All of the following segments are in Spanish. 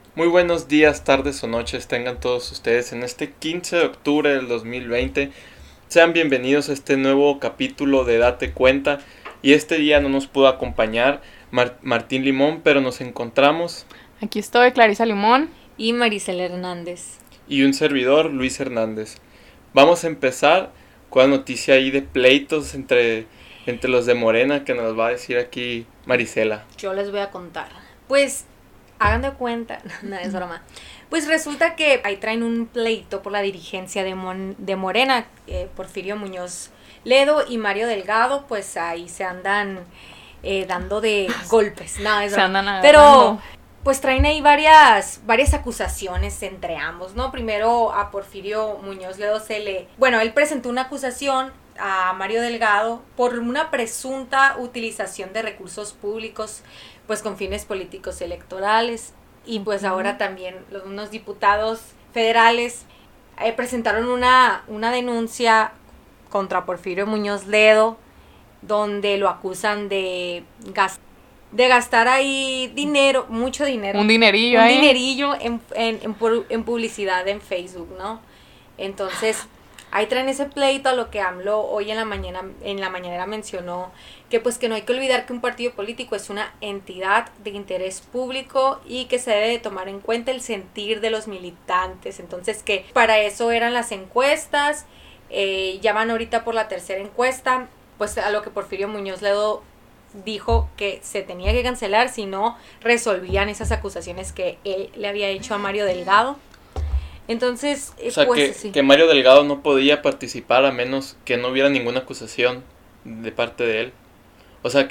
Muy buenos días, tardes o noches tengan todos ustedes en este 15 de octubre del 2020. Sean bienvenidos a este nuevo capítulo de Date Cuenta. Y este día no nos pudo acompañar Martín Limón, pero nos encontramos. Aquí estoy, Clarisa Limón. Y Maricela Hernández. Y un servidor, Luis Hernández. Vamos a empezar con la noticia ahí de pleitos entre los de Morena que nos va a decir aquí Maricela. Yo les voy a contar. Pues, hagan de cuenta, no es broma. Pues resulta que ahí traen un pleito por la dirigencia de Morena, Porfirio Muñoz Ledo y Mario Delgado, pues ahí se andan dando de golpes. No, es broma. Pero pues traen ahí varias acusaciones entre ambos, ¿no? Primero a Porfirio Muñoz Ledo él presentó una acusación a Mario Delgado por una presunta utilización de recursos públicos pues con fines políticos electorales, y pues ahora también unos diputados federales presentaron una denuncia contra Porfirio Muñoz Ledo, donde lo acusan de gastar ahí dinero, mucho dinero. Un dinerillo ahí. Un dinerillo en publicidad en Facebook, ¿no? Entonces, ahí traen ese pleito, a lo que AMLO hoy en la mañanera mencionó que pues que no hay que olvidar que un partido político es una entidad de interés público y que se debe de tomar en cuenta el sentir de los militantes. Entonces, que para eso eran las encuestas, ya van ahorita por la tercera encuesta, pues a lo que Porfirio Muñoz Ledo dijo que se tenía que cancelar si no resolvían esas acusaciones que él le había hecho a Mario Delgado. Entonces, o sea, pues sí, que Mario Delgado no podía participar a menos que no hubiera ninguna acusación de parte de él. O sea,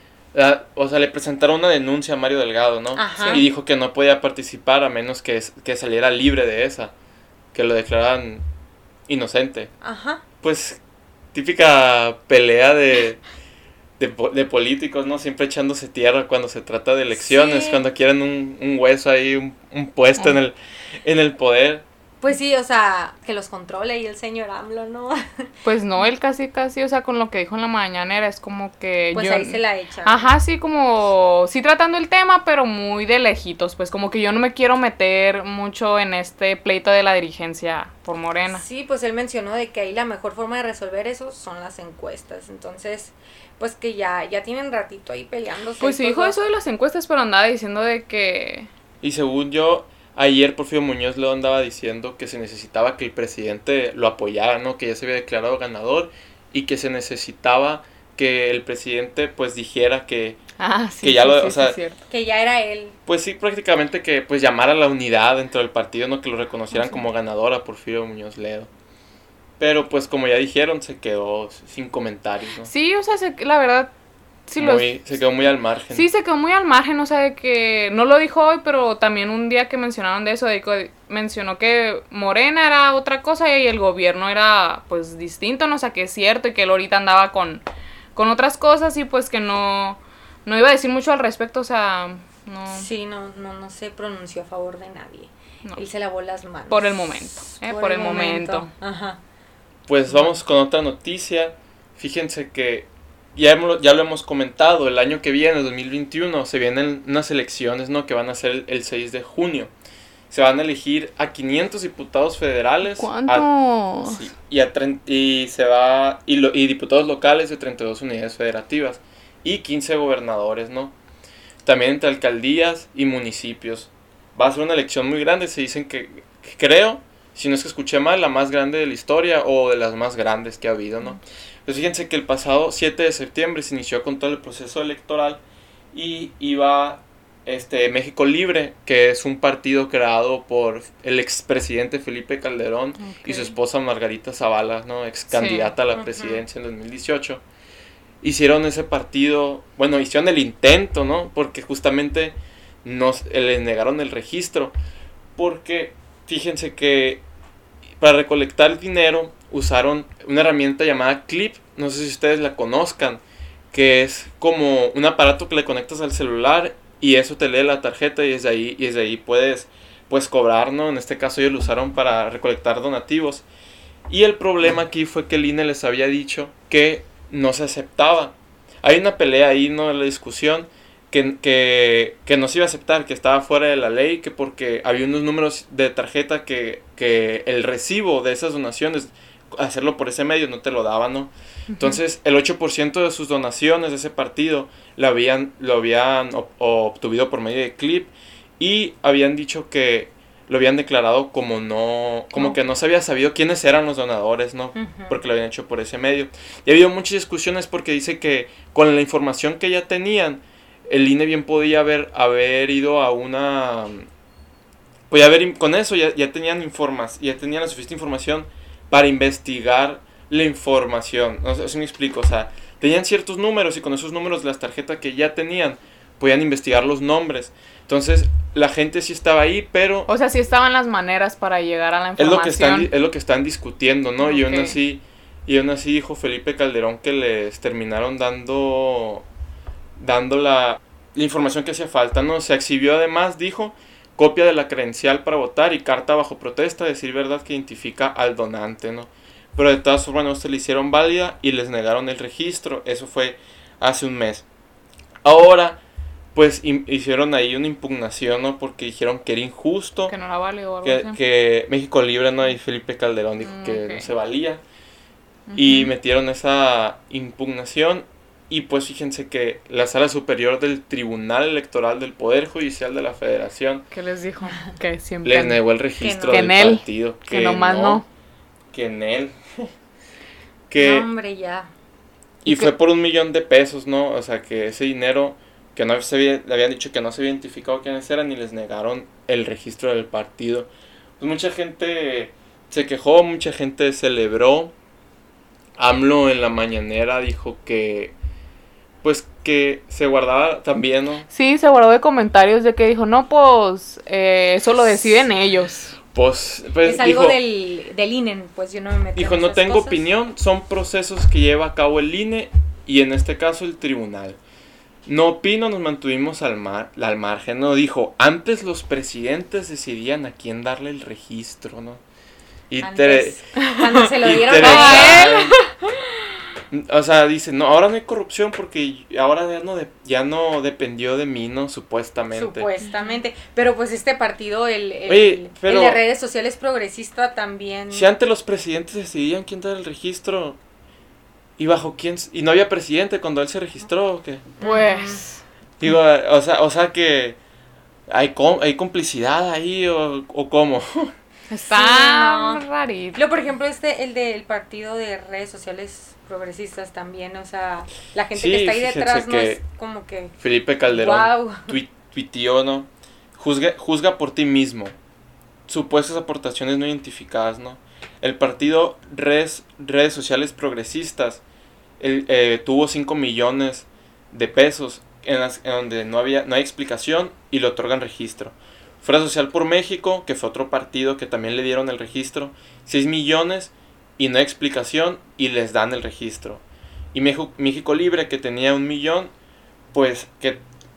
le presentaron una denuncia a Mario Delgado, ¿no? Ajá. Y dijo que no podía participar a menos que saliera libre de esa, que lo declararan inocente. Ajá. Pues, típica pelea de políticos, ¿no? Siempre echándose tierra cuando se trata de elecciones, sí. Cuando quieren un hueso ahí, un puesto en el poder. Pues sí, o sea, que los controle y el señor AMLO, ¿no? Pues no, él casi, o sea, con lo que dijo en la mañanera es como que pues ahí se la echa. Ajá, sí, como, sí tratando el tema, pero muy de lejitos, pues como que yo no me quiero meter mucho en este pleito de la dirigencia por Morena. Sí, pues él mencionó de que ahí la mejor forma de resolver eso son las encuestas, entonces, pues que ya tienen ratito ahí peleándose. Pues sí dijo eso de las encuestas, pero andaba diciendo de que... Y según yo... Ayer Porfirio Muñoz Ledo andaba diciendo que se necesitaba que el presidente lo apoyara, ¿no? Que ya se había declarado ganador y que se necesitaba que el presidente pues dijera que ya o sea, que ya era él. Pues sí, prácticamente que pues llamara a la unidad dentro del partido, ¿no? Que lo reconocieran como ganador a Porfirio Muñoz Ledo. Pero pues como ya dijeron, se quedó sin comentarios, ¿no? Sí, o sea, la verdad... Sí, se quedó muy al margen. Sí, se quedó muy al margen, o sea, de que no lo dijo hoy, pero también un día que mencionaron de eso, mencionó que Morena era otra cosa y el gobierno era, pues, distinto, ¿no? O sea, que es cierto y que él ahorita andaba con otras cosas y pues que no iba a decir mucho al respecto, o sea, no... Sí, no se pronunció a favor de nadie. No. Él se lavó las manos. Por el momento, por el momento. Ajá. Pues vamos con otra noticia. Fíjense que ya lo hemos comentado, el año que viene, el 2021, se vienen unas elecciones, ¿no? Que van a ser el 6 de junio. Se van a elegir a 500 diputados federales. ¿Cuántos? Sí, y diputados locales de 32 unidades federativas. Y 15 gobernadores, ¿no? También entre alcaldías y municipios. Va a ser una elección muy grande, se dicen que creo, si no es que escuché mal, la más grande de la historia o de las más grandes que ha habido, ¿no? Pues fíjense que el pasado 7 de septiembre se inició con todo el proceso electoral y iba México Libre, que es un partido creado por el expresidente Felipe Calderón y su esposa Margarita Zavala, ¿no? Ex candidata a la presidencia en 2018. Hicieron ese partido, bueno, hicieron el intento, ¿no? Porque justamente les negaron el registro, porque fíjense que para recolectar dinero usaron una herramienta llamada Clip, no sé si ustedes la conozcan, que es como un aparato que le conectas al celular y eso te lee la tarjeta y desde ahí puedes cobrar, ¿no? En este caso ellos lo usaron para recolectar donativos. Y el problema aquí fue que el INE les había dicho que no se aceptaba. Hay una pelea ahí, ¿no? En la discusión que no se iba a aceptar, que estaba fuera de la ley, que porque había unos números de tarjeta que el recibo de esas donaciones, hacerlo por ese medio, no te lo daban, ¿no? Entonces, el 8% de sus donaciones de ese partido lo habían obtenido por medio de clip, y habían dicho que lo habían declarado como que no se había sabido quiénes eran los donadores, ¿no? Porque lo habían hecho por ese medio. Y ha habido muchas discusiones porque dice que con la información que ya tenían, el INE bien podía haber ido a una... con eso ya tenían la suficiente información para investigar la información. No sé si me explico, o sea, tenían ciertos números y con esos números de las tarjetas que ya tenían, podían investigar los nombres. Entonces, la gente sí estaba ahí, pero... O sea, sí estaban las maneras para llegar a la información. Es lo que están discutiendo, ¿no? Okay. Y aún así dijo Felipe Calderón que les terminaron dando la información que hacía falta, ¿no? Se exhibió además, dijo, copia de la credencial para votar y carta bajo protesta, decir verdad que identifica al donante, ¿no? Pero de todas formas no se le hicieron válida y les negaron el registro. Eso fue hace un mes. Ahora, pues hicieron ahí una impugnación, ¿no? Porque dijeron que era injusto. Que no era válido o algo así. Que México Libre, ¿no? Y Felipe Calderón dijo que no se valía. Y metieron esa impugnación. Y pues fíjense que la Sala Superior del Tribunal Electoral del Poder Judicial de la Federación... ¿Qué les dijo? Que siempre... Les negó el registro del partido. Que nomás no. Que en él. No, hombre, ya. Y fue por $1,000,000, ¿no? O sea, que ese dinero que no le habían dicho que no se había identificado quiénes eran y les negaron el registro del partido. Pues mucha gente se quejó, mucha gente celebró. AMLO en la mañanera dijo que pues que se guardaba también, ¿no? Sí, se guardó de comentarios de que dijo, no, pues eso lo deciden ellos. Pues es algo dijo, del INE, pues yo no me meto dijo, en no esas tengo cosas. opinión, son procesos que lleva a cabo el INE y en este caso el tribunal. No opino, nos mantuvimos al margen, ¿no? Dijo, antes los presidentes decidían a quién darle el registro, ¿no? Cuando se lo dieron a él. O sea, dice, no, ahora no hay corrupción porque ahora ya no dependió de mí, ¿no? Supuestamente. Pero pues este partido, el de redes sociales progresista también... Si antes los presidentes decidían quién dar el registro, ¿y bajo quién? ¿Y no había presidente cuando él se registró o qué? Pues... Digo, o sea que hay complicidad ahí o ¿cómo? Está rarito. Yo, por ejemplo, el del partido de redes sociales progresistas también, o sea, la gente que está ahí detrás no es como que... Felipe Calderón wow. tuiteó, ¿no? Juzga por ti mismo. Supuestas aportaciones no identificadas, ¿no? El partido redes sociales progresistas tuvo 5 millones de pesos en donde no hay explicación y le otorgan registro. Fuerza Social por México, que fue otro partido que también le dieron el registro, 6 millones y no hay explicación y les dan el registro. Y México Libre, que tenía 1 millón, pues que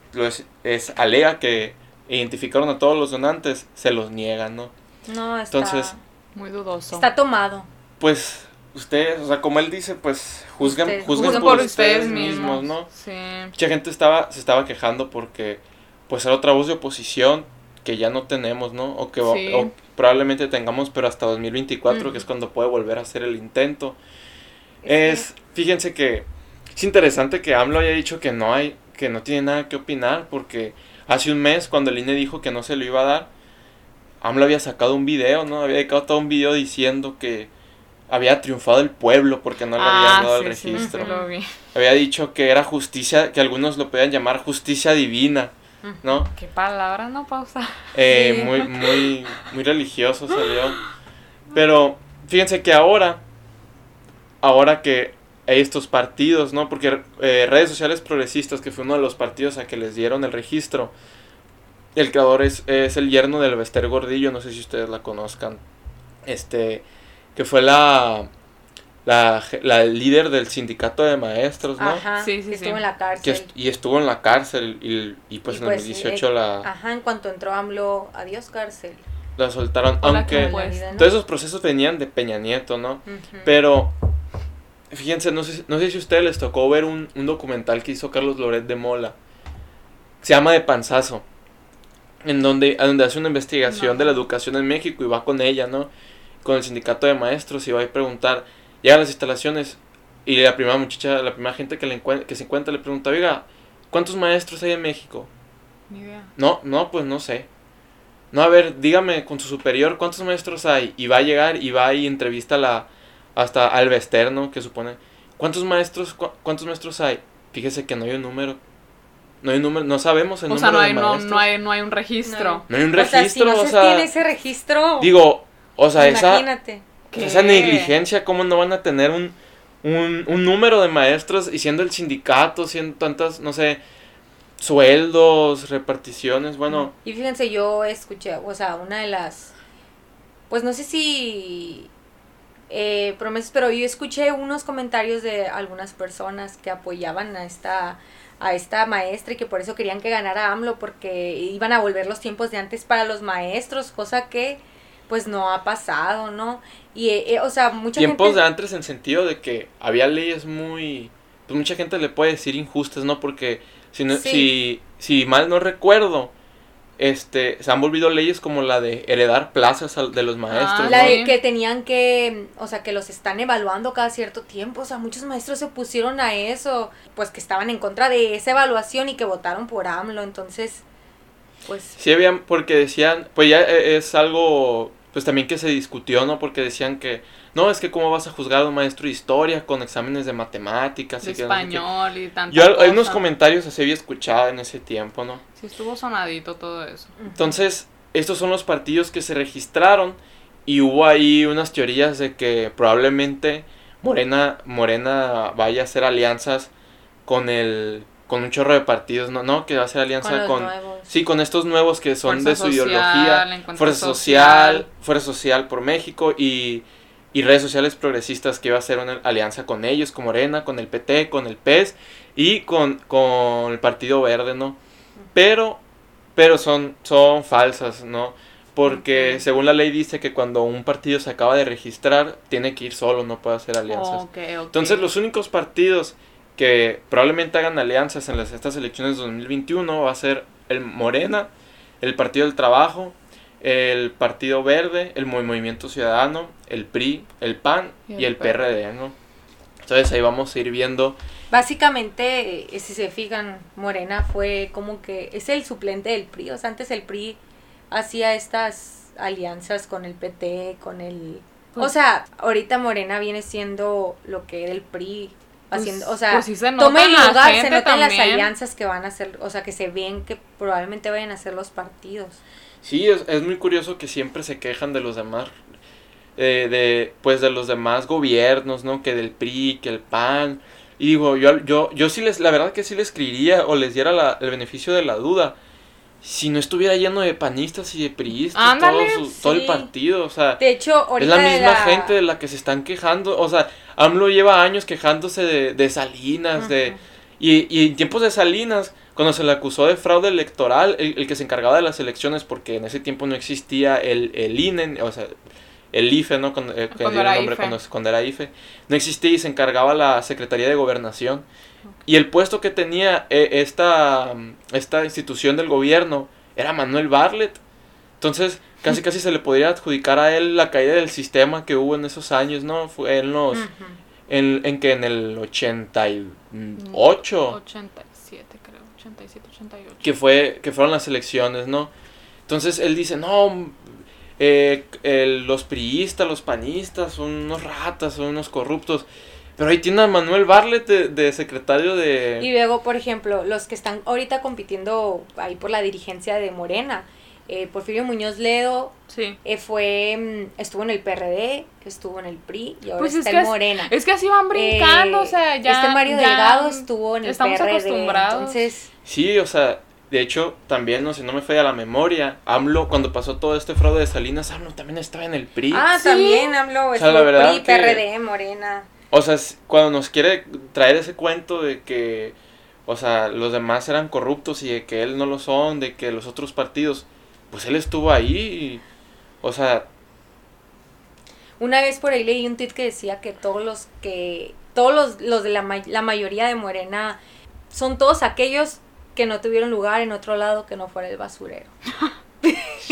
alega que identificaron a todos los donantes, se los niegan, ¿no? No, está entonces, muy dudoso. Está tomado. Pues ustedes, o sea, como él dice, pues juzguen por ustedes mismos, ¿no? Sí. Mucha gente se estaba quejando porque pues era otra voz de oposición que ya no tenemos, ¿no? O probablemente tengamos, pero hasta 2024, que es cuando puede volver a hacer el intento. Fíjense que es interesante que AMLO haya dicho que no tiene nada que opinar, porque hace un mes, cuando el INE dijo que no se lo iba a dar, AMLO había sacado un video, ¿no? Había dedicado todo un video diciendo que había triunfado el pueblo porque no le habían dado el registro. Sí, lo vi. Había dicho que era justicia, que algunos lo podían llamar justicia divina, ¿no? Qué palabra, no pausa. Muy religioso salió. Pero fíjense que ahora que hay estos partidos, ¿no? Porque redes sociales progresistas, que fue uno de los partidos a que les dieron el registro, el creador es el yerno del Bester Gordillo, no sé si ustedes la conozcan, que fue la líder del sindicato de maestros, ¿no? Ajá, sí. Estuvo en la cárcel. Y estuvo en la cárcel y pues en 2018 Ajá, en cuanto entró AMLO, adiós cárcel. La soltaron, aunque todos esos procesos venían de Peña Nieto, ¿no? Pero fíjense, no sé si a ustedes les tocó ver un documental que hizo Carlos Loret de Mola, se llama De Panzazo, a donde hace una investigación No. de la educación en México y va con ella, ¿no? Con el sindicato de maestros y va a preguntar, llega a las instalaciones y la primera muchacha, la primera gente que se encuentra le pregunta, oiga, ¿cuántos maestros hay en México? Ni idea. No, pues no sé. No, a ver, dígame con su superior, ¿cuántos maestros hay? Y va a llegar y va y entrevista hasta al Bester, ¿no? Que supone, ¿cuántos maestros hay? Fíjese que no hay un número. No hay un número, no sabemos el O sea, número no de hay, maestros. no hay un registro. No hay un O sea, si registro, no se tiene ese registro, digo, o sea, imagínate. ¿Qué? esa negligencia, ¿cómo no van a tener un número de maestros y siendo el sindicato, siendo tantas, no sé, sueldos, reparticiones, bueno, Y fíjense, yo escuché, o sea, una de las, pues no sé si promesas, pero yo escuché unos comentarios de algunas personas que apoyaban a esta maestra y que por eso querían que ganara AMLO, porque iban a volver los tiempos de antes para los maestros, cosa que pues no ha pasado, ¿no? Y, o sea, mucha tiempos gente... de antes en sentido de que había leyes pues mucha gente le puede decir injustas, ¿no? Porque si mal no recuerdo, se han volvido leyes como la de heredar plazas de los maestros, La ¿no? de que tenían que, o sea, que los están evaluando cada cierto tiempo, o sea, muchos maestros se pusieron a eso, pues que estaban en contra de esa evaluación y que votaron por AMLO, entonces, pues... Sí habían, porque decían, pues ya es algo, pues también que se discutió, ¿no? Porque decían que, no, es que cómo vas a juzgar a un maestro de historia con exámenes de matemáticas De y que no sé qué. español y tanto. Yo hay unos comentarios así había escuchado en ese tiempo, ¿no? Sí, estuvo sonadito todo eso. Entonces, estos son los partidos que se registraron y hubo ahí unas teorías de que probablemente Morena vaya a hacer alianzas con un chorro de partidos, ¿no? Que va a hacer alianza Con los nuevos. Sí, con estos nuevos que son Fuerza de su Social, ideología, Encuentro Social. Fuerza Social por México y redes sociales progresistas, que iba a hacer una alianza con ellos, con Morena, con el PT, con el PES y con el Partido Verde, ¿no? Pero son falsas, ¿no? Porque Ok. según la ley dice que cuando un partido se acaba de registrar, tiene que ir solo, no puede hacer alianzas. Ok. Entonces los únicos partidos que probablemente hagan alianzas en estas elecciones de 2021 va a ser el Morena, el Partido del Trabajo, el Partido Verde, el Movimiento Ciudadano, el PRI, el PAN y el PRD, ¿no? Entonces ahí vamos a ir viendo. Básicamente, si se fijan, Morena fue como que es el suplente del PRI, o sea, antes el PRI hacía estas alianzas con el PT, con el... Pues, o sea, ahorita Morena viene siendo lo que era el PRI, haciendo, o sea, pues sí se nota toma el en la lugar, se gente nota en las también. alianzas que van a hacer, o sea, que se ven que probablemente vayan a hacer los partidos. Sí, es muy curioso que siempre se quejan de los demás, pues de los demás gobiernos, ¿no? Que del PRI, que el PAN. Y digo, yo sí la verdad que sí les creería o les diera el beneficio de la duda si no estuviera lleno de panistas y de priistas, Ándale, todo el sí. partido, o sea, De hecho, ahorita es la misma gente de la que se están quejando, o sea, AMLO lleva años quejándose de Salinas, y en tiempos de Salinas, cuando se le acusó de fraude electoral, el que se encargaba de las elecciones, porque en ese tiempo no existía el INE, o sea, el IFE, ¿no? Cuando era IFE, no existía y se encargaba la Secretaría de Gobernación. Y el puesto que tenía esta institución del gobierno era Manuel Bartlett. Entonces, casi se le podría adjudicar a él la caída del sistema que hubo en esos años, ¿no? Fue en los... en el 88. 87, creo. 87, 88. Que fueron las elecciones, ¿no? Entonces, él dice, no... los priistas, los panistas son unos ratas, son unos corruptos. Pero ahí tiene a Manuel Bartlett de secretario de... Y luego, por ejemplo, los que están ahorita compitiendo ahí por la dirigencia de Morena, Porfirio Muñoz Ledo Sí. estuvo en el PRD, estuvo en el PRI y ahora Pues está es que en Morena. Es que así van brincando, o sea, ya... Este Mario ya Delgado estuvo en el estamos PRD, acostumbrados. entonces... Sí, o sea, de hecho, también, no sé, no me falla la memoria, AMLO, cuando pasó todo este fraude de Salinas, AMLO también estaba en el PRI. Ah, Sí. también AMLO, O sea, la verdad PRI, que- PRD, Morena. O sea, cuando nos quiere traer ese cuento de que, o sea, los demás eran corruptos y de que él no lo son, de que los otros partidos, pues él estuvo ahí, y, o sea, Una vez por ahí leí un tweet que decía que todos los de la mayoría de Morena son todos aquellos que no tuvieron lugar en otro lado que no fuera el basurero. Sí,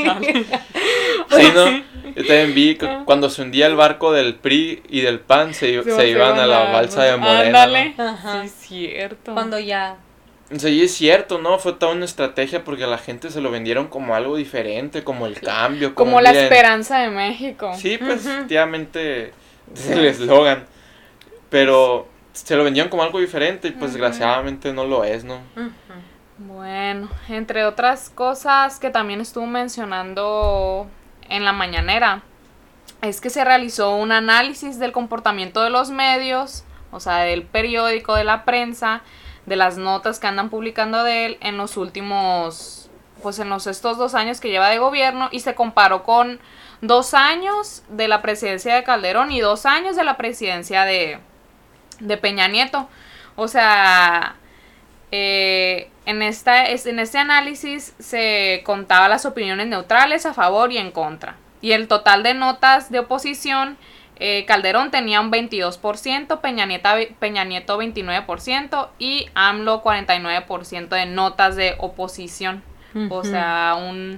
¿no? Yo también vi que cuando se hundía el barco del PRI y del PAN se iban a la balsa de Morena. Ándale. ¿no? Ajá. Sí, es cierto. Cuando ya... O sea, y es cierto, ¿no? Fue toda una estrategia porque a la gente se lo vendieron como algo diferente, como el cambio. Como la miren, esperanza de México. Sí, pues efectivamente es el eslogan. Pero se lo vendieron como algo diferente y pues desgraciadamente no lo es, ¿no? Bueno, entre otras cosas que también estuvo mencionando en la mañanera, es que se realizó un análisis del comportamiento de los medios, o sea, del periódico, de la prensa, de las notas que andan publicando de él en los últimos, pues estos 2 años que lleva de gobierno, y se comparó con 2 años de la presidencia de Calderón y 2 años de la presidencia de Peña Nieto. O sea, en este análisis se contaba las opiniones neutrales a favor y en contra. Y el total de notas de oposición, Calderón tenía un 22%, Peña Nieto 29% y AMLO 49% de notas de oposición. O sea, un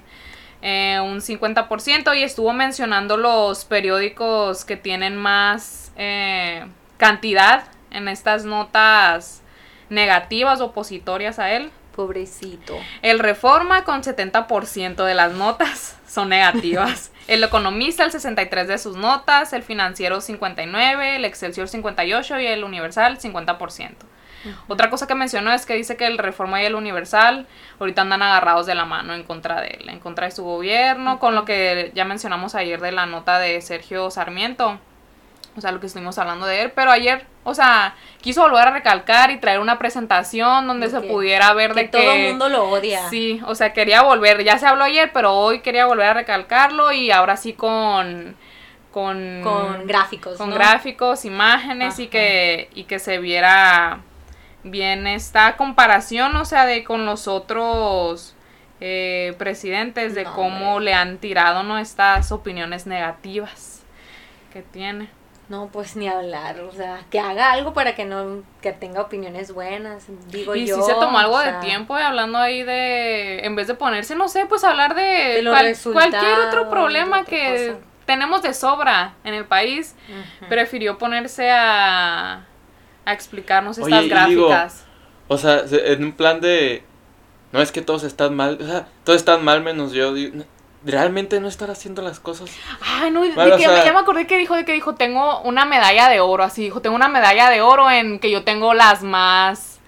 50%, y estuvo mencionando los periódicos que tienen más cantidad en estas notas negativas, opositorias a él. Pobrecito. El Reforma con 70% de las notas son negativas. El Economista, el 63% de sus notas, el Financiero 59%, el Excelsior 58% y el Universal 50%. Otra cosa que mencionó es que dice que el Reforma y el Universal ahorita andan agarrados de la mano en contra de él, en contra de su gobierno, con lo que ya mencionamos ayer de la nota de Sergio Sarmiento. O sea, lo que estuvimos hablando de él, pero ayer, o sea, quiso volver a recalcar y traer una presentación donde se pudiera ver de que todo el mundo lo odia. Sí, o sea, quería volver, ya se habló ayer, pero hoy quería volver a recalcarlo, y ahora sí con gráficos, con ¿no? gráficos, imágenes. Ajá. y que se viera bien esta comparación, o sea, de con los otros presidentes, de cómo le han tirado, ¿no?, estas opiniones negativas que tiene. No, pues ni hablar, o sea, que haga algo para que tenga opiniones buenas, digo y yo. Y sí se tomó algo de tiempo, hablando ahí en vez de ponerse, no sé, pues hablar de cualquier otro problema que tenemos de sobra en el país, prefirió ponerse a explicarnos estas gráficas. O sea, en un plan de, no es que todos están mal, o sea, todos están mal menos yo, realmente no estar haciendo las cosas. Ay, no, bueno, ya me acordé que dijo, tengo una medalla de oro, así dijo, tengo una medalla de oro en que yo tengo las más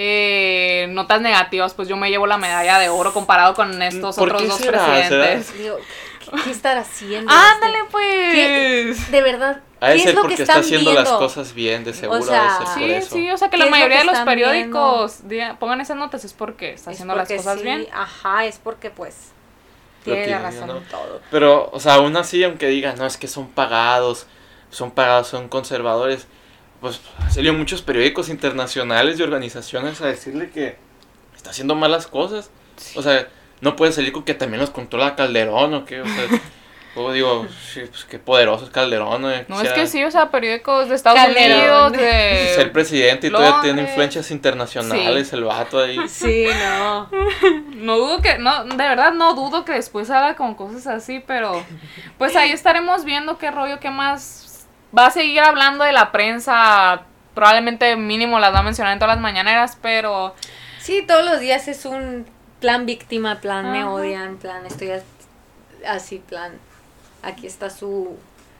notas negativas, pues yo me llevo la medalla de oro comparado con estos otros dos presidentes. ¿Qué estará haciendo? Ándale, pues. De verdad, ¿qué es lo que están haciendo las cosas bien, de seguro? O sea, sí, o sea, que la mayoría de los periódicos pongan esas notas es porque está haciendo las cosas bien. Ajá, es porque pues tiene la razón en todo. Pero, o sea, aún así, aunque digan, no, es que son pagados, son conservadores, pues salieron muchos periódicos internacionales y organizaciones a decirle que está haciendo malas cosas. Sí. O sea, no puede salir con que también los controla Calderón o qué, o sea, luego digo, sí, pues qué poderoso es Calderón. No, es que sí, o sea, periódicos de Estados Unidos, de ser presidente y todavía tiene influencias internacionales, sí. El vato ahí. Sí, no. No dudo de verdad no dudo que después haga con cosas así, pero pues ahí estaremos viendo qué rollo, qué más va a seguir hablando de la prensa, probablemente mínimo las va a mencionar en todas las mañaneras, pero sí, todos los días es un plan víctima, plan me odian, plan estoy así, plan aquí está su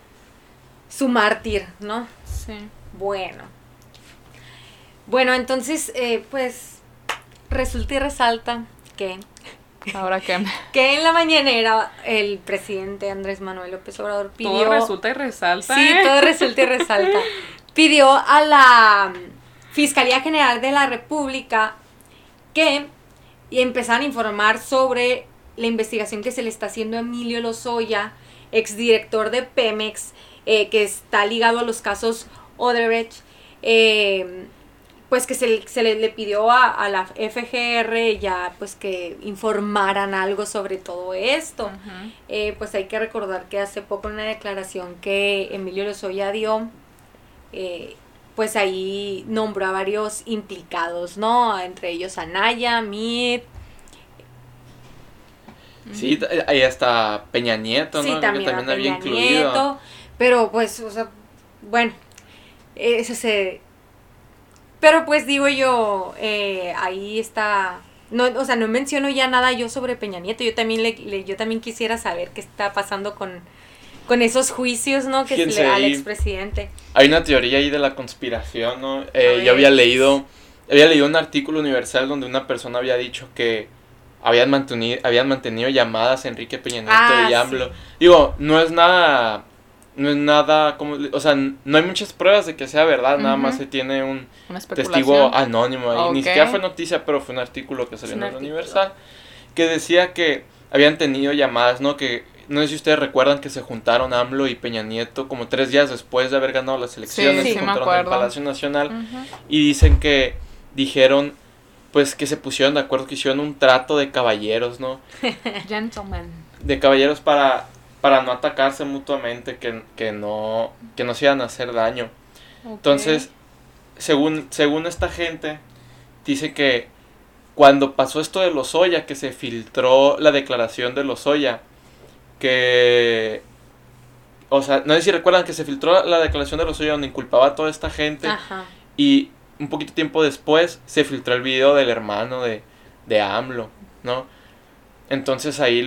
mártir, ¿no? Sí. Bueno, entonces, pues, resulta y resalta que ¿ahora qué? Que en la mañanera el presidente Andrés Manuel López Obrador pidió... Todo resulta y resalta. Sí, todo resulta y resalta. Pidió a la Fiscalía General de la República que empezaran a informar sobre la investigación que se le está haciendo a Emilio Lozoya, exdirector de Pemex, que está ligado a los casos Odebrecht, pues que se le pidió a la FGR ya pues que informaran algo sobre todo esto. Uh-huh. Pues hay que recordar que hace poco una declaración que Emilio Lozoya dio, pues ahí nombró a varios implicados, ¿no? Entre ellos Anaya, Meade. Sí, ahí está Peña Nieto, Sí, ¿no? también, Que también a había Peña incluido. Nieto, pero pues, o sea, bueno, eso se... Pero pues digo yo, ahí está... No, o sea, no menciono ya nada yo sobre Peña Nieto. Yo también yo también quisiera saber qué está pasando con esos juicios, ¿no? Que ¿Quién se le al sabe? expresidente. Hay una teoría ahí de la conspiración, ¿no? ver. Yo había leído un artículo universal donde una persona había dicho que habían mantenido llamadas a Enrique Peña Nieto y AMLO. Sí. Digo, no es nada, como, o sea, no hay muchas pruebas de que sea verdad, nada más se tiene un Una especulación. testigo anónimo ahí. Ni Ok. siquiera fue noticia, pero fue un artículo que salió Es un en el artículo. Universal que decía que habían tenido llamadas, ¿no? Que no sé si ustedes recuerdan que se juntaron AMLO y Peña Nieto como 3 días después de haber ganado las elecciones, Sí, se sí me juntaron en el acuerdo. Palacio Nacional Ujú. y dijeron pues que se pusieron de acuerdo, que hicieron un trato de caballeros, ¿no? Gentleman. De caballeros para no atacarse mutuamente, que no se iban a hacer daño. Ok. Entonces, según esta gente, dice que cuando pasó esto de Lozoya, que se filtró la declaración de Lozoya, que... O sea, no sé si recuerdan que se filtró la declaración de Lozoya donde inculpaba a toda esta gente. Ajá. Y un poquito tiempo después se filtró el video del hermano de AMLO, ¿no? Entonces ahí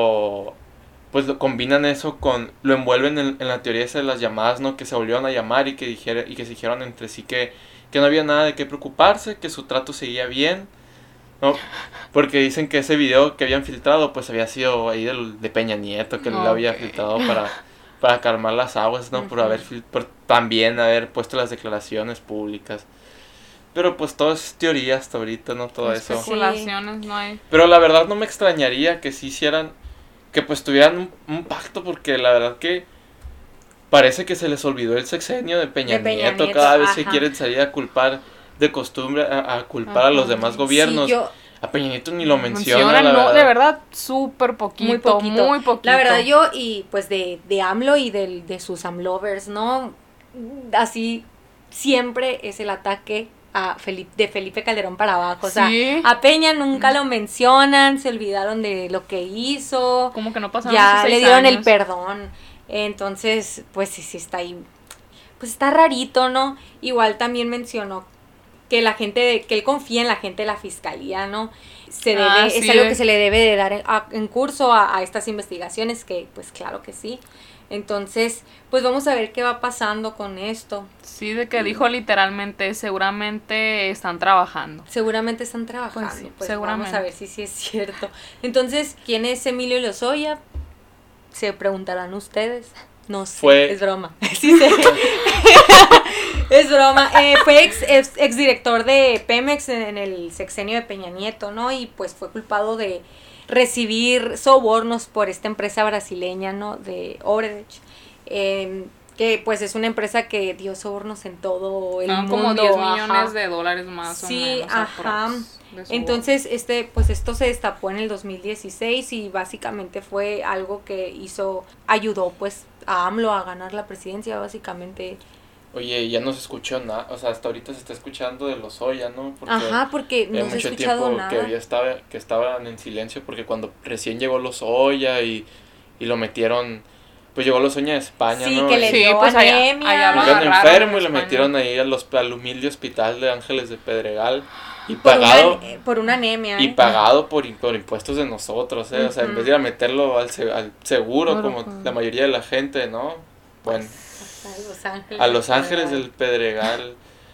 pues lo combinan eso con, lo envuelven en la teoría esa de las llamadas, ¿no? Que se volvieron a llamar y que se dijeron entre sí que no había nada de qué preocuparse, que su trato seguía bien, ¿no? Porque dicen que ese video que habían filtrado pues había sido ahí de Peña Nieto, que lo había Ok. filtrado para calmar las aguas, ¿no? Por también haber puesto las declaraciones públicas. Pero pues todo es teoría hasta ahorita, ¿no? Todo eso. Especulaciones no hay. Pero la verdad no me extrañaría que sí hicieran, que pues tuvieran un pacto, porque la verdad que parece que se les olvidó el sexenio de Peña, De Peña Nieto. Nieto, Cada vez se ajá. quieren salir a culpar de costumbre, a culpar a los Ajá. demás gobiernos. Sí, yo, A Peña Nieto ni lo menciona, Mencionan, la no, verdad. de verdad, súper poquito, muy poquito. muy poquito. La verdad yo, y pues de AMLO y de sus AMLovers, ¿no? Así siempre es el ataque de Felipe Calderón para abajo. O sea, Sí. a Peña nunca lo mencionan, se olvidaron de lo que hizo. Como que no pasaron Ya esos le 6 dieron el años. perdón. Entonces, pues sí está ahí. Pues está rarito, ¿no? Igual también mencionó que que él confía en la gente de la fiscalía, ¿no? Es Sí, algo que se le debe de dar en curso a estas investigaciones, que pues claro que sí. Entonces, pues vamos a ver qué va pasando con esto. Sí, de que dijo literalmente, seguramente están trabajando. Seguramente están trabajando, Pues sí, pues seguramente. vamos a ver si sí es cierto. Entonces, ¿quién es Emilio Lozoya? Se preguntarán ustedes. No sé, es broma. Sí sé. Es broma. Fue ex director de Pemex en el sexenio de Peña Nieto, ¿no? Y pues fue culpado de recibir sobornos por esta empresa brasileña, ¿no? De Odebrecht. Que pues es una empresa que dio sobornos en todo el mundo. Como 10 ajá. millones de dólares más o Sí, menos. ajá. aprox, de su- Entonces, pues esto se destapó en el 2016 y básicamente fue algo que ayudó pues a AMLO a ganar la presidencia, básicamente. Oye, ya no se escuchó nada, o sea, hasta ahorita se está escuchando de Lozoya, ¿no? Porque Ajá, porque no se ha mucho escuchado tiempo nada. que estaban en silencio, porque cuando recién llegó Lozoya y lo metieron, pues llegó Lozoya de España, Sí, ¿no? que le Sí, dio pues allá anemia. lo Llegan agarraron enfermo en y lo España. metieron ahí al humilde hospital de Ángeles de Pedregal y por pagado por una anemia. y pagado por impuestos de nosotros, o sea, en vez de ir a meterlo al seguro Claro, como claro. la mayoría de la gente, ¿no? Bueno, A Los Ángeles. a Los Ángeles del Pedregal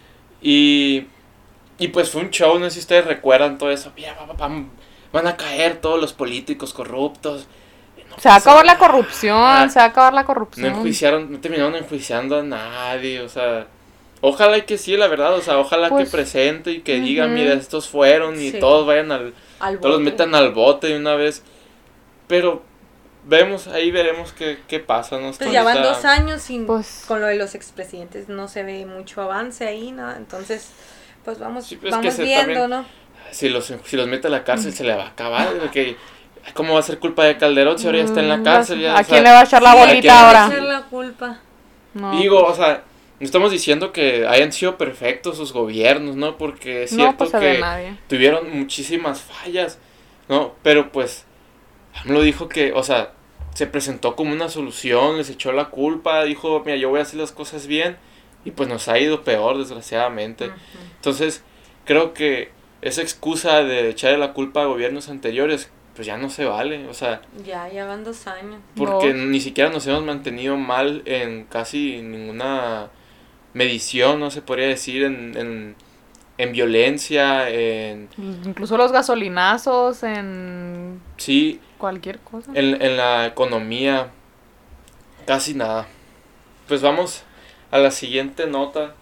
y pues fue un show, no sé si ustedes recuerdan todo eso, mira, van a caer todos los políticos corruptos. Se va a acabar la nada. corrupción, se va a acabar la corrupción. No terminaron enjuiciando a nadie, o sea, ojalá y que sí, la verdad, o sea, ojalá Pues, que presente y que diga, ujú. mira, estos fueron y Sí. todos vayan Al todos los bote. metan al bote de una vez, pero ahí veremos qué pasa, ¿no? Hasta Pues ya van ahorita- 2 años sin, Pues- con lo de los expresidentes, no se ve mucho avance ahí, ¿no? Entonces, pues vamos, Sí, pero es que vamos viendo, también- ¿no? Si los mete a la cárcel se le va a acabar, porque ¿cómo va a ser culpa de Calderón si ahora ya está en la cárcel? Ya, ¿A o sea, quién le va a echar la Sí, ¿a bolita quién le va a ahora? echar la culpa. No. Digo, o sea, no estamos diciendo que hayan sido perfectos sus gobiernos, ¿no? Porque es No cierto pasa de que nadie. tuvieron muchísimas fallas, ¿no? Pero pues AMLO dijo que, o sea, se presentó como una solución, les echó la culpa, dijo, mira, yo voy a hacer las cosas bien, y pues nos ha ido peor, desgraciadamente. Entonces, creo que esa excusa de echarle la culpa a gobiernos anteriores, pues ya no se vale, o sea, Ya van 2 años. porque No. ni siquiera nos hemos mantenido mal en casi ninguna medición, no se podría decir, en violencia, Incluso los gasolinazos en sí, cualquier cosa. en la economía, casi nada. Pues vamos a la siguiente nota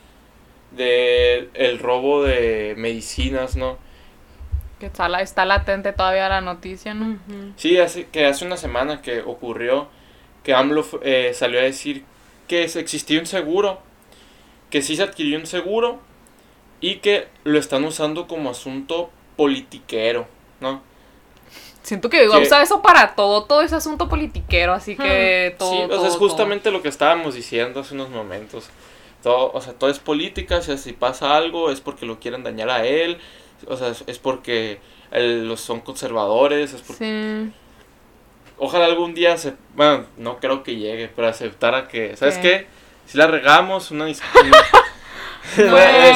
de el robo de medicinas, ¿no? Que está latente todavía la noticia, ¿no? Sí, hace una semana que ocurrió que AMLO salió a decir que existía un seguro, que sí se adquirió un seguro y que lo están usando como asunto politiquero, ¿no? Siento que usa eso para todo ese asunto politiquero, así que todo. Sí, o sea, todo, es justamente lo que estábamos diciendo hace unos momentos. Todo, o sea, todo es política, o sea, si pasa algo es porque lo quieren dañar a él, o sea, es porque son conservadores, es porque... Sí. Ojalá algún día bueno, no creo que llegue, pero aceptara que, ¿sabes qué? Si la regamos, una disculpa. Disculpamos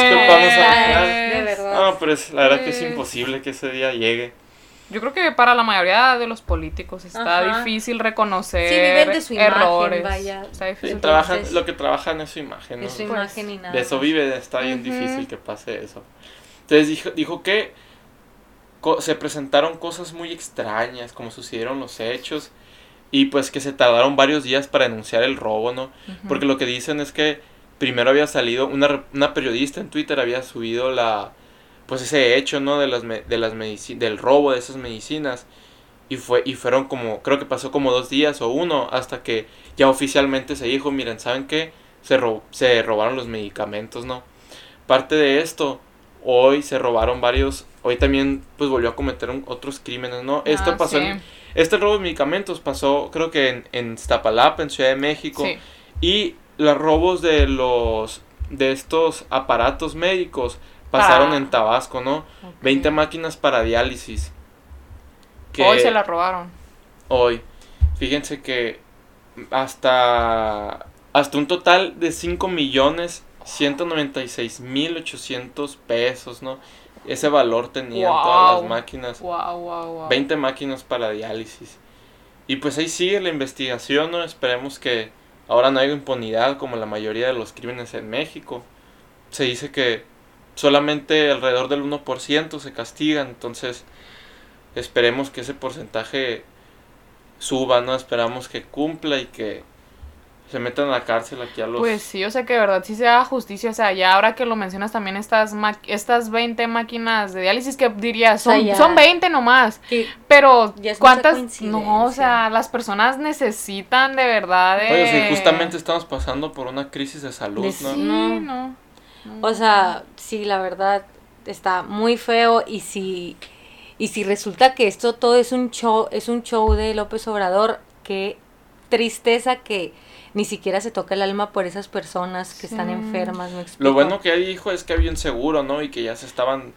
De verdad. No, pero la verdad que es imposible que ese día llegue. Yo creo que para la mayoría de los políticos está Ajá. difícil reconocer Sí, viven de su imagen, errores. vaya. Está Sí, difícil. Entonces, lo que trabajan es su imagen, ¿no? Es su imagen y nada. De eso más. vive, está bien difícil que pase eso. Entonces dijo que se presentaron cosas muy extrañas, como sucedieron los hechos, y pues que se tardaron varios días para denunciar el robo, ¿no? Porque lo que dicen es que primero había salido, una periodista en Twitter había subido pues ese hecho, ¿no? Del robo de esas medicinas, y fueron como, creo que pasó como 2 días o 1, hasta que ya oficialmente se dijo, miren, ¿saben qué? Se robaron los medicamentos, ¿no? Parte de esto, hoy se robaron hoy también pues volvió a cometer otros crímenes, ¿no? Esto pasó sí. Este robo de medicamentos pasó creo que en Iztapalapa, en Ciudad de México, Sí. y los robos de estos aparatos médicos pasaron en Tabasco, ¿no? Ok. 20 máquinas para diálisis. Hoy se la robaron. Hoy. Fíjense que hasta un total de 5,196,800 pesos, ¿no? Ese valor tenían todas las máquinas. Wow. 20 máquinas para diálisis. Y pues ahí sigue la investigación, ¿no? Esperemos que ahora no haya impunidad como la mayoría de los crímenes en México. Se dice que solamente alrededor del 1% se castigan, entonces esperemos que ese porcentaje suba, ¿no? Esperamos que cumpla y que se metan a la cárcel aquí a los... Pues sí, o sea que de verdad sí se haga justicia, o sea, ya ahora que lo mencionas también estas 20 máquinas de diálisis que dirías, son 20 nomás, Que pero ya es ¿cuántas? mucha coincidencia. No, o sea, las personas necesitan de verdad de... Oye, si justamente estamos pasando por una crisis de salud, ¿no? Sí, no. O sea, sí, la verdad está muy feo y si resulta que esto todo es un show de López Obrador, qué tristeza que ni siquiera se toca el alma por esas personas que están enfermas, ¿me explico? Lo bueno que dijo es que había un seguro, ¿no? Y que ya se estaban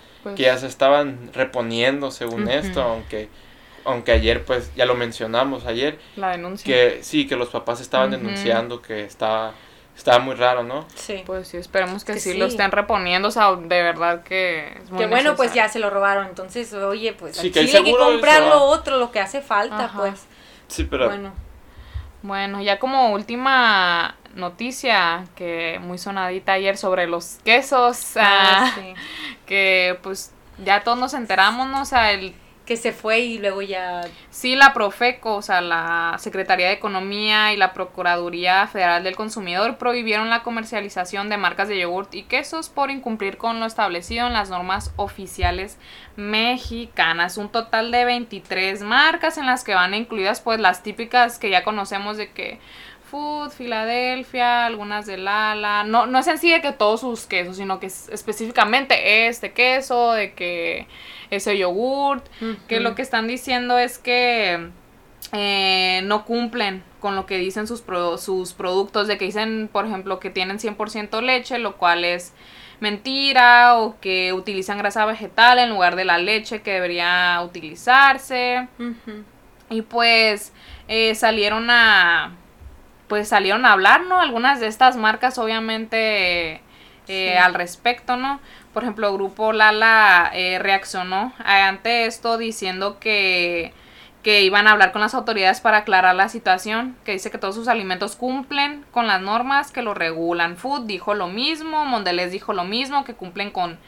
reponiendo según esto, aunque ayer pues ya lo mencionamos ayer, La denuncia. que sí, que los papás estaban denunciando que estaba muy raro, ¿no? Sí. Pues sí, esperemos que Que sí sí. lo estén reponiendo, o sea, de verdad que es muy Que bueno, pues necesario. ya se lo robaron, entonces, oye, pues Sí, al que el chile hay que seguro comprar se va. lo otro, lo que hace falta, Ajá. pues. Sí, pero Bueno, ya como última noticia que muy sonadita ayer sobre los quesos, Sí. que pues ya todos nos enteramos, ¿no? O sea, Que se fue y luego ya... sí, la Profeco, o sea, la Secretaría de Economía y la Procuraduría Federal del Consumidor prohibieron la comercialización de marcas de yogurt y quesos por incumplir con lo establecido en las normas oficiales mexicanas. Un total de 23 marcas en las que van incluidas pues las típicas que ya conocemos de que Food, Filadelfia, algunas de Lala. No es en sí de que todos sus quesos, sino que específicamente este queso, de que ese yogurt, que lo que están diciendo es que no cumplen con lo que dicen sus productos, de que dicen, por ejemplo, que tienen 100% leche, lo cual es mentira, o que utilizan grasa vegetal en lugar de la leche que debería utilizarse. Ujú. Y pues salieron a hablar, ¿no? Algunas de estas marcas, obviamente, Sí. al respecto, ¿no? Por ejemplo, Grupo Lala reaccionó ante esto diciendo que iban a hablar con las autoridades para aclarar la situación, que dice que todos sus alimentos cumplen con las normas que lo regulan. Food dijo lo mismo, Mondelez dijo lo mismo, que cumplen con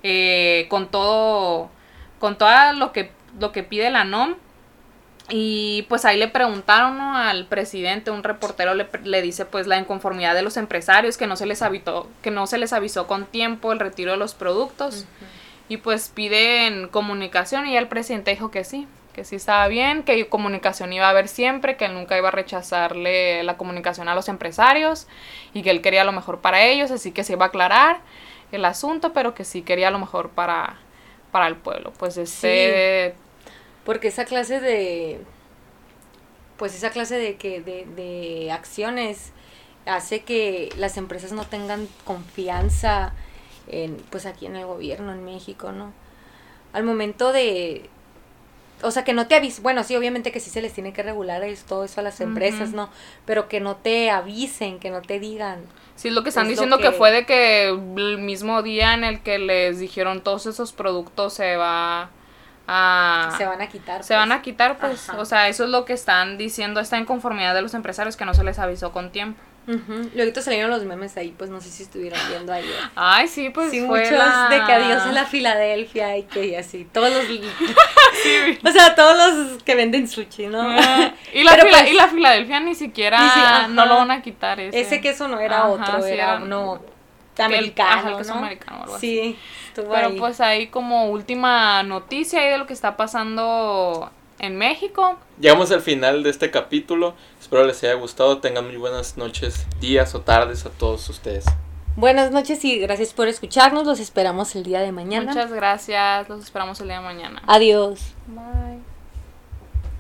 todo lo que pide la NOM. Y pues ahí le preguntaron, ¿no?, al presidente, un reportero le dice pues la inconformidad de los empresarios, que no se les avisó con tiempo el retiro de los productos. Ujú. Y pues piden comunicación, y ya el presidente dijo que sí estaba bien, que comunicación iba a haber siempre, que él nunca iba a rechazarle la comunicación a los empresarios, y que él quería lo mejor para ellos, así que se iba a aclarar el asunto, pero que sí quería lo mejor para el pueblo. Pues Porque esa clase de de acciones hace que las empresas no tengan confianza pues aquí en el gobierno en México, ¿no? Al momento de, o sea, que no te avisen, bueno, sí, obviamente que sí se les tiene que regular todo eso a las empresas, Ujú. ¿no? Pero que no te avisen, que no te digan. Sí, lo que están Es lo diciendo que- que fue de que el mismo día en el que les dijeron todos esos productos se van a quitar, pues, Ajá. o sea, eso es lo que están diciendo, esta inconformidad de los empresarios, que no se les avisó con tiempo. Ujú. Luego salieron los memes ahí, pues no sé si estuvieron viendo ayer. Ay, sí, pues Sí, fue muchos la... de que adiós a la Filadelfia y que así, todos los... Sí. O sea, todos los que venden sushi, ¿no? Y la, Pero pues- y la Filadelfia ni siquiera ajá. no lo van a quitar Ese queso no era Ajá, otro, sí, era uno americano, ajá, el queso ¿no? americano o algo así. Sí, estuvo Pero ahí. pues ahí como última noticia ahí de lo que está pasando en México. Llegamos al final de este capítulo. Espero les haya gustado. Tengan muy buenas noches, días o tardes a todos ustedes. Buenas noches y gracias por escucharnos. Los esperamos el día de mañana. Muchas gracias, los esperamos el día de mañana. Adiós. Bye.